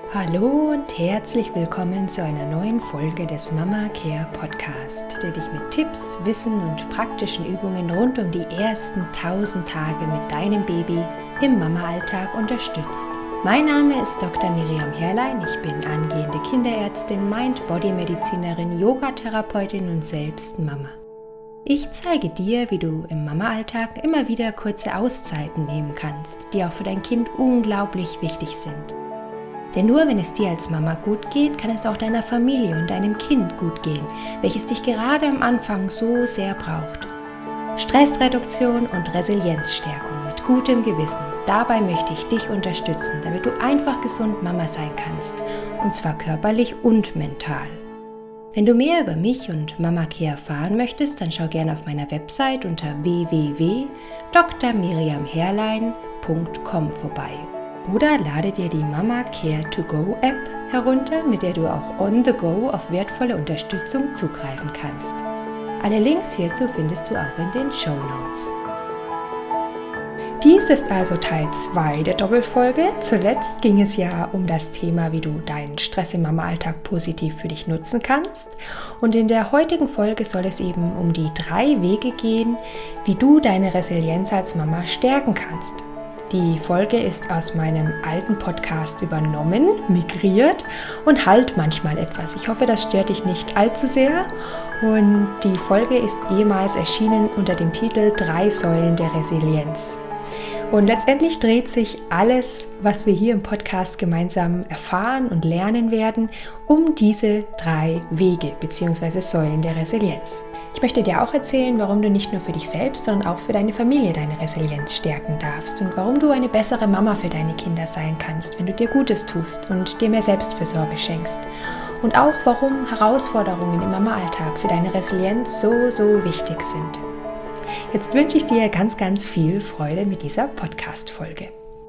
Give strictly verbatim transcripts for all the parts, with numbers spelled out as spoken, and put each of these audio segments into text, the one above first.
Hallo und herzlich willkommen zu einer neuen Folge des Mama Care Podcast, der dich mit Tipps, Wissen und praktischen Übungen rund um die ersten tausend Tage mit deinem Baby im Mama-Alltag unterstützt. Mein Name ist Doktor Miriam Herrlein, ich bin angehende Kinderärztin, Mind-Body-Medizinerin, Yogatherapeutin und selbst Mama. Ich zeige dir, wie du im Mama-Alltag immer wieder kurze Auszeiten nehmen kannst, die auch für dein Kind unglaublich wichtig sind. Denn nur wenn es dir als Mama gut geht, kann es auch deiner Familie und deinem Kind gut gehen, welches dich gerade am Anfang so sehr braucht. Stressreduktion und Resilienzstärkung mit gutem Gewissen. Dabei möchte ich dich unterstützen, damit du einfach gesund Mama sein kannst, und zwar körperlich und mental. Wenn du mehr über mich und Mama Care erfahren möchtest, dann schau gerne auf meiner Website unter w w w punkt d r miriam herrlein punkt com vorbei. Oder lade dir die Mama Care to Go App herunter, mit der du auch on the go auf wertvolle Unterstützung zugreifen kannst. Alle Links hierzu findest du auch in den Shownotes. Dies ist also Teil zwei der Doppelfolge. Zuletzt ging es ja um das Thema, wie du deinen Stress im Mama-Alltag positiv für dich nutzen kannst. Und in der heutigen Folge soll es eben um die drei Wege gehen, wie du deine Resilienz als Mama stärken kannst. Die Folge ist aus meinem alten Podcast übernommen, migriert und halt manchmal etwas. Ich hoffe, das stört dich nicht allzu sehr. Und die Folge ist ehemals erschienen unter dem Titel Drei Säulen der Resilienz. Und letztendlich dreht sich alles, was wir hier im Podcast gemeinsam erfahren und lernen werden, um diese drei Wege bzw. Säulen der Resilienz. Ich möchte dir auch erzählen, warum du nicht nur für dich selbst, sondern auch für deine Familie deine Resilienz stärken darfst und warum du eine bessere Mama für deine Kinder sein kannst, wenn du dir Gutes tust und dir mehr Selbstfürsorge schenkst. Und auch, warum Herausforderungen im Mama-Alltag für deine Resilienz so, so wichtig sind. Jetzt wünsche ich dir ganz, ganz viel Freude mit dieser Podcast-Folge.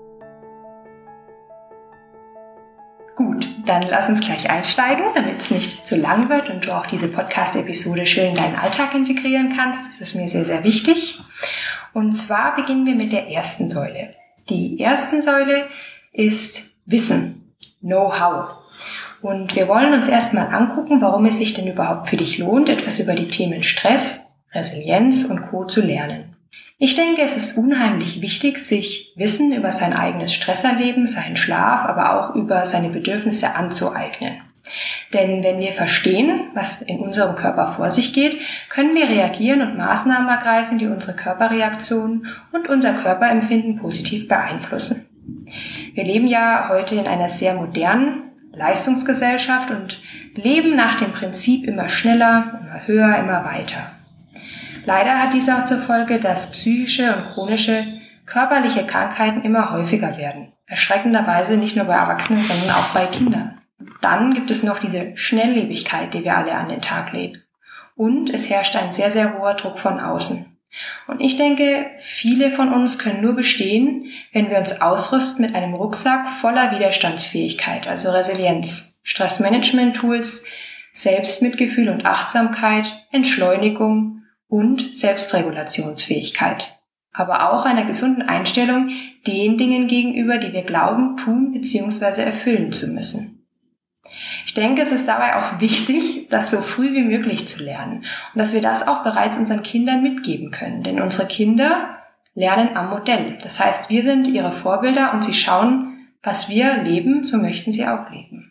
Gut, dann lass uns gleich einsteigen, damit es nicht zu lang wird und du auch diese Podcast-Episode schön in deinen Alltag integrieren kannst. Das ist mir sehr, sehr wichtig. Und zwar beginnen wir mit der ersten Säule. Die erste Säule ist Wissen, Know-how. Und wir wollen uns erstmal angucken, warum es sich denn überhaupt für dich lohnt, etwas über die Themen Stress, Resilienz und Co. zu lernen. Ich denke, es ist unheimlich wichtig, sich Wissen über sein eigenes Stresserleben, seinen Schlaf, aber auch über seine Bedürfnisse anzueignen. Denn wenn wir verstehen, was in unserem Körper vor sich geht, können wir reagieren und Maßnahmen ergreifen, die unsere Körperreaktion und unser Körperempfinden positiv beeinflussen. Wir leben ja heute in einer sehr modernen Leistungsgesellschaft und leben nach dem Prinzip immer schneller, immer höher, immer weiter. Leider hat dies auch zur Folge, dass psychische und chronische körperliche Krankheiten immer häufiger werden. Erschreckenderweise nicht nur bei Erwachsenen, sondern auch bei Kindern. Dann gibt es noch diese Schnelllebigkeit, die wir alle an den Tag legen. Und es herrscht ein sehr, sehr hoher Druck von außen. Und ich denke, viele von uns können nur bestehen, wenn wir uns ausrüsten mit einem Rucksack voller Widerstandsfähigkeit, also Resilienz, Stressmanagement-Tools, Selbstmitgefühl und Achtsamkeit, Entschleunigung und Selbstregulationsfähigkeit, aber auch einer gesunden Einstellung den Dingen gegenüber, die wir glauben, tun bzw. erfüllen zu müssen. Ich denke, es ist dabei auch wichtig, das so früh wie möglich zu lernen und dass wir das auch bereits unseren Kindern mitgeben können, denn unsere Kinder lernen am Modell. Das heißt, wir sind ihre Vorbilder und sie schauen, was wir leben, so möchten sie auch leben.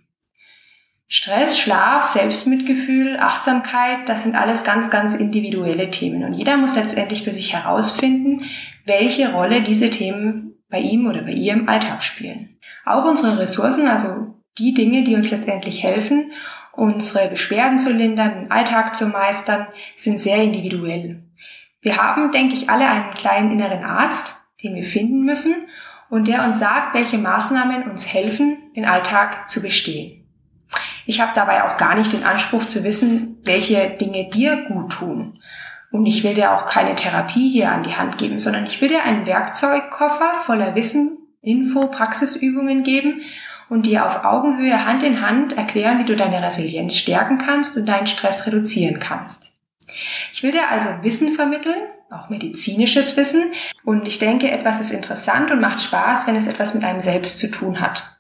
Stress, Schlaf, Selbstmitgefühl, Achtsamkeit, das sind alles ganz, ganz individuelle Themen. Und jeder muss letztendlich für sich herausfinden, welche Rolle diese Themen bei ihm oder bei ihr im Alltag spielen. Auch unsere Ressourcen, also die Dinge, die uns letztendlich helfen, unsere Beschwerden zu lindern, den Alltag zu meistern, sind sehr individuell. Wir haben, denke ich, alle einen kleinen inneren Arzt, den wir finden müssen und der uns sagt, welche Maßnahmen uns helfen, den Alltag zu bestehen. Ich habe dabei auch gar nicht den Anspruch zu wissen, welche Dinge dir gut tun. Und ich will dir auch keine Therapie hier an die Hand geben, sondern ich will dir einen Werkzeugkoffer voller Wissen, Info, Praxisübungen geben und dir auf Augenhöhe Hand in Hand erklären, wie du deine Resilienz stärken kannst und deinen Stress reduzieren kannst. Ich will dir also Wissen vermitteln, auch medizinisches Wissen. Und ich denke, etwas ist interessant und macht Spaß, wenn es etwas mit einem selbst zu tun hat.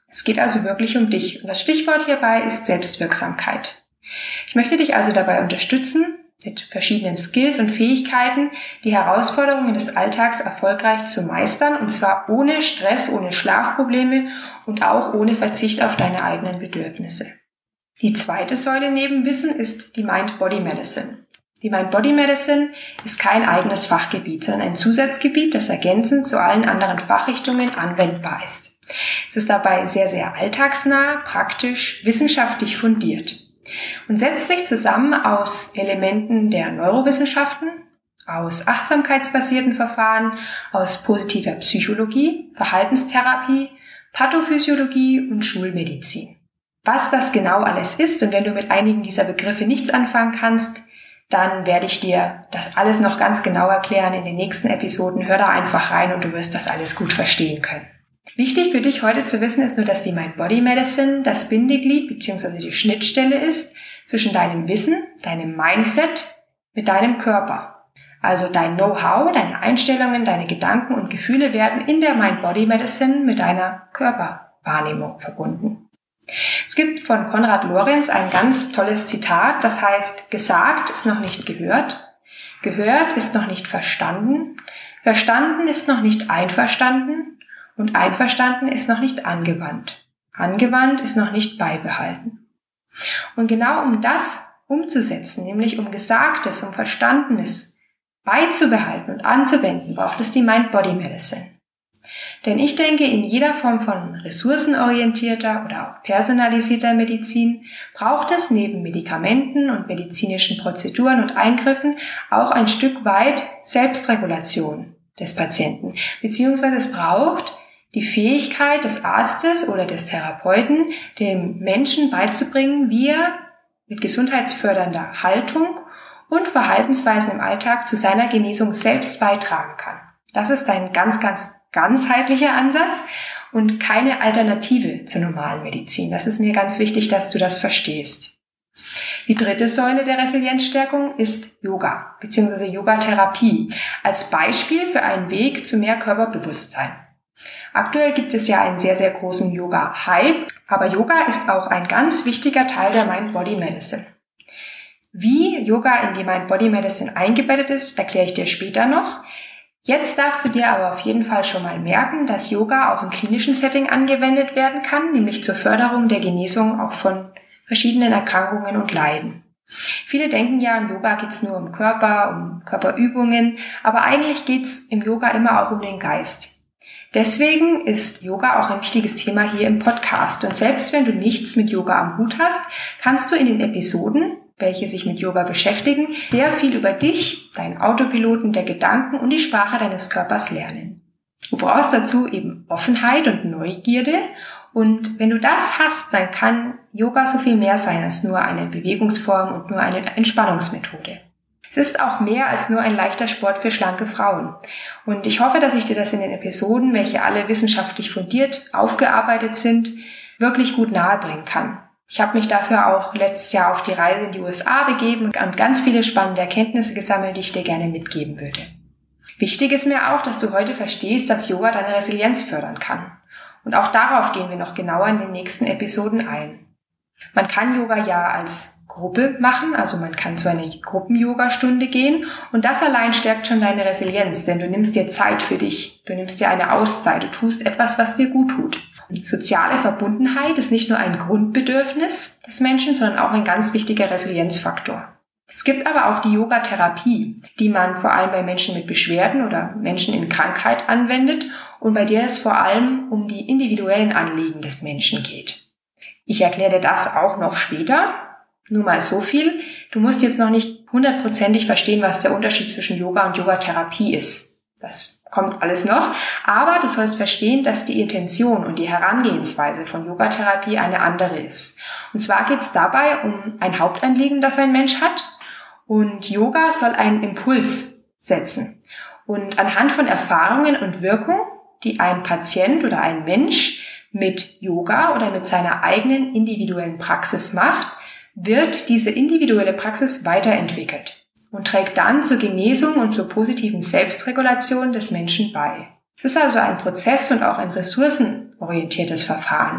Es geht also wirklich um dich und das Stichwort hierbei ist Selbstwirksamkeit. Ich möchte dich also dabei unterstützen, mit verschiedenen Skills und Fähigkeiten die Herausforderungen des Alltags erfolgreich zu meistern und zwar ohne Stress, ohne Schlafprobleme und auch ohne Verzicht auf deine eigenen Bedürfnisse. Die zweite Säule neben Wissen ist die Mind-Body-Medicine. Die Mind-Body-Medicine ist kein eigenes Fachgebiet, sondern ein Zusatzgebiet, das ergänzend zu allen anderen Fachrichtungen anwendbar ist. Es ist dabei sehr, sehr alltagsnah, praktisch, wissenschaftlich fundiert und setzt sich zusammen aus Elementen der Neurowissenschaften, aus achtsamkeitsbasierten Verfahren, aus positiver Psychologie, Verhaltenstherapie, Pathophysiologie und Schulmedizin. Was das genau alles ist und wenn du mit einigen dieser Begriffe nichts anfangen kannst, dann werde ich dir das alles noch ganz genau erklären in den nächsten Episoden. Hör da einfach rein und du wirst das alles gut verstehen können. Wichtig für dich heute zu wissen ist nur, dass die Mind-Body-Medicine das Bindeglied bzw. die Schnittstelle ist zwischen deinem Wissen, deinem Mindset mit deinem Körper. Also dein Know-how, deine Einstellungen, deine Gedanken und Gefühle werden in der Mind-Body-Medicine mit deiner Körperwahrnehmung verbunden. Es gibt von Konrad Lorenz ein ganz tolles Zitat, das heißt, gesagt ist noch nicht gehört, gehört ist noch nicht verstanden, verstanden ist noch nicht einverstanden und einverstanden ist noch nicht angewandt. Angewandt ist noch nicht beibehalten. Und genau um das umzusetzen, nämlich um Gesagtes, um Verstandenes beizubehalten und anzuwenden, braucht es die Mind-Body-Medicine. Denn ich denke, in jeder Form von ressourcenorientierter oder auch personalisierter Medizin braucht es neben Medikamenten und medizinischen Prozeduren und Eingriffen auch ein Stück weit Selbstregulation des Patienten, beziehungsweise es braucht die Fähigkeit des Arztes oder des Therapeuten, dem Menschen beizubringen, wie er mit gesundheitsfördernder Haltung und Verhaltensweisen im Alltag zu seiner Genesung selbst beitragen kann. Das ist ein ganz, ganz ganzheitlicher Ansatz und keine Alternative zur normalen Medizin. Das ist mir ganz wichtig, dass du das verstehst. Die dritte Säule der Resilienzstärkung ist Yoga bzw. Yogatherapie als Beispiel für einen Weg zu mehr Körperbewusstsein. Aktuell gibt es ja einen sehr, sehr großen Yoga-Hype, aber Yoga ist auch ein ganz wichtiger Teil der Mind-Body-Medicine. Wie Yoga in die Mind-Body-Medicine eingebettet ist, erkläre ich dir später noch. Jetzt darfst du dir aber auf jeden Fall schon mal merken, dass Yoga auch im klinischen Setting angewendet werden kann, nämlich zur Förderung der Genesung auch von verschiedenen Erkrankungen und Leiden. Viele denken ja, im Yoga geht es nur um Körper, um Körperübungen, aber eigentlich geht es im Yoga immer auch um den Geist. Deswegen ist Yoga auch ein wichtiges Thema hier im Podcast. Und selbst wenn du nichts mit Yoga am Hut hast, kannst du in den Episoden, welche sich mit Yoga beschäftigen, sehr viel über dich, deinen Autopiloten der Gedanken und die Sprache deines Körpers lernen. Du brauchst dazu eben Offenheit und Neugierde. Und wenn du das hast, dann kann Yoga so viel mehr sein als nur eine Bewegungsform und nur eine Entspannungsmethode. Es ist auch mehr als nur ein leichter Sport für schlanke Frauen. Und ich hoffe, dass ich dir das in den Episoden, welche alle wissenschaftlich fundiert aufgearbeitet sind, wirklich gut nahebringen kann. Ich habe mich dafür auch letztes Jahr auf die Reise in die U S A begeben und ganz viele spannende Erkenntnisse gesammelt, die ich dir gerne mitgeben würde. Wichtig ist mir auch, dass du heute verstehst, dass Yoga deine Resilienz fördern kann. Und auch darauf gehen wir noch genauer in den nächsten Episoden ein. Man kann Yoga ja als Gruppe machen, also man kann zu einer Gruppen-Yoga-Stunde gehen und das allein stärkt schon deine Resilienz, denn du nimmst dir Zeit für dich, du nimmst dir eine Auszeit, du tust etwas, was dir gut tut. Soziale Verbundenheit ist nicht nur ein Grundbedürfnis des Menschen, sondern auch ein ganz wichtiger Resilienzfaktor. Es gibt aber auch die Yogatherapie, die man vor allem bei Menschen mit Beschwerden oder Menschen in Krankheit anwendet und bei der es vor allem um die individuellen Anliegen des Menschen geht. Ich erkläre dir das auch noch später. Nur mal so viel. Du musst jetzt noch nicht hundertprozentig verstehen, was der Unterschied zwischen Yoga und Yogatherapie ist. Das kommt alles noch. Aber du sollst verstehen, dass die Intention und die Herangehensweise von Yogatherapie eine andere ist. Und zwar geht es dabei um ein Hauptanliegen, das ein Mensch hat. Und Yoga soll einen Impuls setzen. Und anhand von Erfahrungen und Wirkung, die ein Patient oder ein Mensch mit Yoga oder mit seiner eigenen individuellen Praxis macht, wird diese individuelle Praxis weiterentwickelt und trägt dann zur Genesung und zur positiven Selbstregulation des Menschen bei. Es ist also ein Prozess und auch ein ressourcenorientiertes Verfahren.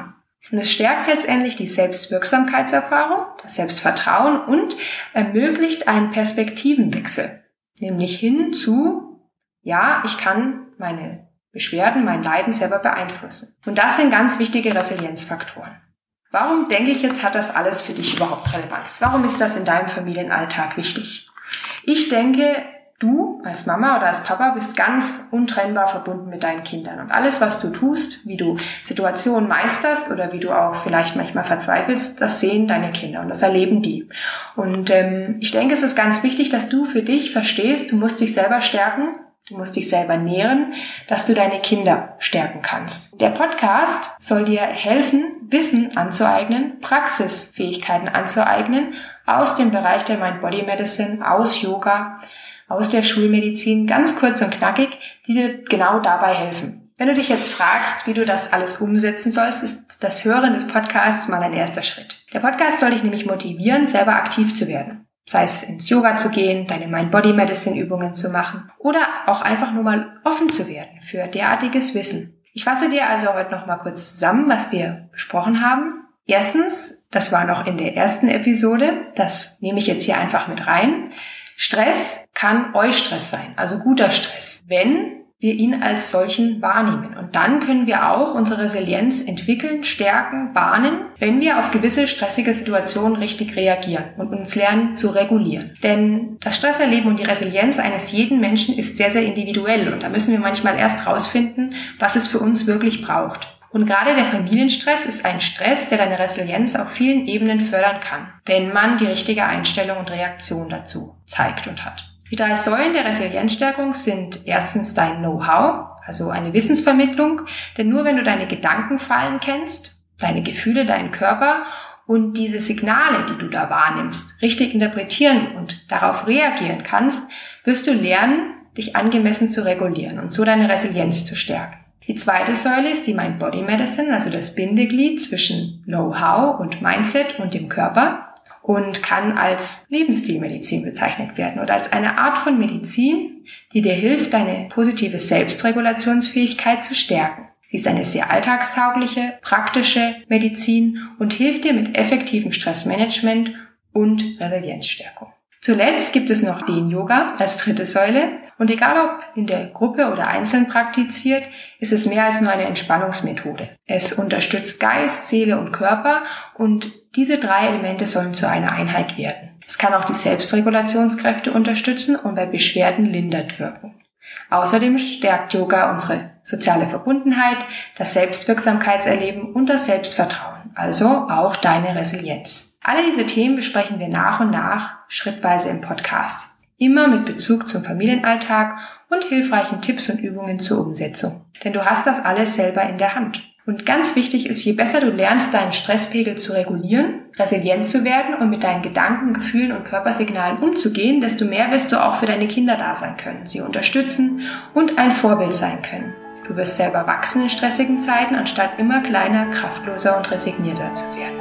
Und es stärkt letztendlich die Selbstwirksamkeitserfahrung, das Selbstvertrauen und ermöglicht einen Perspektivenwechsel, nämlich hin zu, ja, ich kann meine Beschwerden, mein Leiden selber beeinflussen. Und das sind ganz wichtige Resilienzfaktoren. Warum, denke ich jetzt, hat das alles für dich überhaupt Relevanz? Warum ist das in deinem Familienalltag wichtig? Ich denke, du als Mama oder als Papa bist ganz untrennbar verbunden mit deinen Kindern. Und alles, was du tust, wie du Situationen meisterst oder wie du auch vielleicht manchmal verzweifelst, das sehen deine Kinder und das erleben die. Und ähm, ich denke, es ist ganz wichtig, dass du für dich verstehst, du musst dich selber stärken, du musst dich selber nähren, dass du deine Kinder stärken kannst. Der Podcast soll dir helfen, Wissen anzueignen, Praxisfähigkeiten anzueignen aus dem Bereich der Mind-Body-Medicine, aus Yoga, aus der Schulmedizin, ganz kurz und knackig, die dir genau dabei helfen. Wenn du dich jetzt fragst, wie du das alles umsetzen sollst, ist das Hören des Podcasts mal ein erster Schritt. Der Podcast soll dich nämlich motivieren, selber aktiv zu werden. Sei es ins Yoga zu gehen, deine Mind-Body-Medicine-Übungen zu machen oder auch einfach nur mal offen zu werden für derartiges Wissen. Ich fasse dir also heute noch mal kurz zusammen, was wir besprochen haben. Erstens, das war noch in der ersten Episode, das nehme ich jetzt hier einfach mit rein. Stress kann Eustress sein, also guter Stress, wenn wir ihn als solchen wahrnehmen. Und dann können wir auch unsere Resilienz entwickeln, stärken, bahnen, wenn wir auf gewisse stressige Situationen richtig reagieren und uns lernen zu regulieren. Denn das Stresserleben und die Resilienz eines jeden Menschen ist sehr, sehr individuell und da müssen wir manchmal erst rausfinden, was es für uns wirklich braucht. Und gerade der Familienstress ist ein Stress, der deine Resilienz auf vielen Ebenen fördern kann, wenn man die richtige Einstellung und Reaktion dazu zeigt und hat. Die drei Säulen der Resilienzstärkung sind erstens dein Know-how, also eine Wissensvermittlung, denn nur wenn du deine Gedankenfallen kennst, deine Gefühle, deinen Körper und diese Signale, die du da wahrnimmst, richtig interpretieren und darauf reagieren kannst, wirst du lernen, dich angemessen zu regulieren und so deine Resilienz zu stärken. Die zweite Säule ist die Mind-Body-Medicine, also das Bindeglied zwischen Know-how und Mindset und dem Körper und kann als Lebensstilmedizin bezeichnet werden oder als eine Art von Medizin, die dir hilft, deine positive Selbstregulationsfähigkeit zu stärken. Sie ist eine sehr alltagstaugliche, praktische Medizin und hilft dir mit effektivem Stressmanagement und Resilienzstärkung. Zuletzt gibt es noch den Yoga als dritte Säule und egal ob in der Gruppe oder einzeln praktiziert, ist es mehr als nur eine Entspannungsmethode. Es unterstützt Geist, Seele und Körper und diese drei Elemente sollen zu einer Einheit werden. Es kann auch die Selbstregulationskräfte unterstützen und bei Beschwerden lindernd wirken. Außerdem stärkt Yoga unsere soziale Verbundenheit, das Selbstwirksamkeitserleben und das Selbstvertrauen, also auch deine Resilienz. Alle diese Themen besprechen wir nach und nach schrittweise im Podcast, immer mit Bezug zum Familienalltag und hilfreichen Tipps und Übungen zur Umsetzung. Denn du hast das alles selber in der Hand. Und ganz wichtig ist, je besser du lernst, deinen Stresspegel zu regulieren, resilient zu werden und mit deinen Gedanken, Gefühlen und Körpersignalen umzugehen, desto mehr wirst du auch für deine Kinder da sein können, sie unterstützen und ein Vorbild sein können. Du wirst selber wachsen in stressigen Zeiten, anstatt immer kleiner, kraftloser und resignierter zu werden.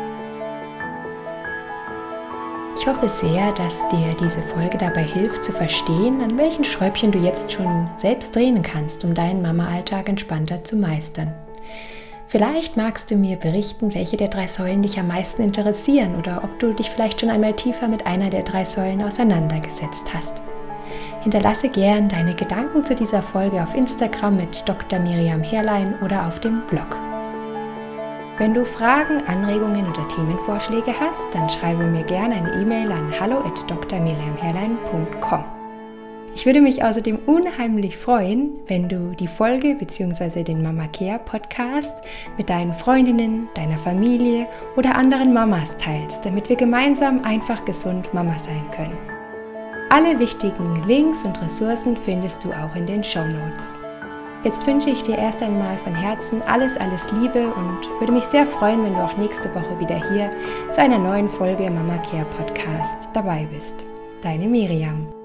Ich hoffe sehr, dass dir diese Folge dabei hilft zu verstehen, an welchen Schräubchen du jetzt schon selbst drehen kannst, um deinen Mama-Alltag entspannter zu meistern. Vielleicht magst du mir berichten, welche der drei Säulen dich am meisten interessieren oder ob du dich vielleicht schon einmal tiefer mit einer der drei Säulen auseinandergesetzt hast. Hinterlasse gern deine Gedanken zu dieser Folge auf Instagram mit Doktor Miriam Herrlein oder auf dem Blog. Wenn du Fragen, Anregungen oder Themenvorschläge hast, dann schreibe mir gerne eine E-Mail an hallo at d r miriam herrlein punkt com. Ich würde mich außerdem unheimlich freuen, wenn du die Folge bzw. den Mama Care Podcast mit deinen Freundinnen, deiner Familie oder anderen Mamas teilst, damit wir gemeinsam einfach gesund Mama sein können. Alle wichtigen Links und Ressourcen findest du auch in den Shownotes. Jetzt wünsche ich dir erst einmal von Herzen alles, alles Liebe und würde mich sehr freuen, wenn du auch nächste Woche wieder hier zu einer neuen Folge Mama Care Podcast dabei bist. Deine Miriam.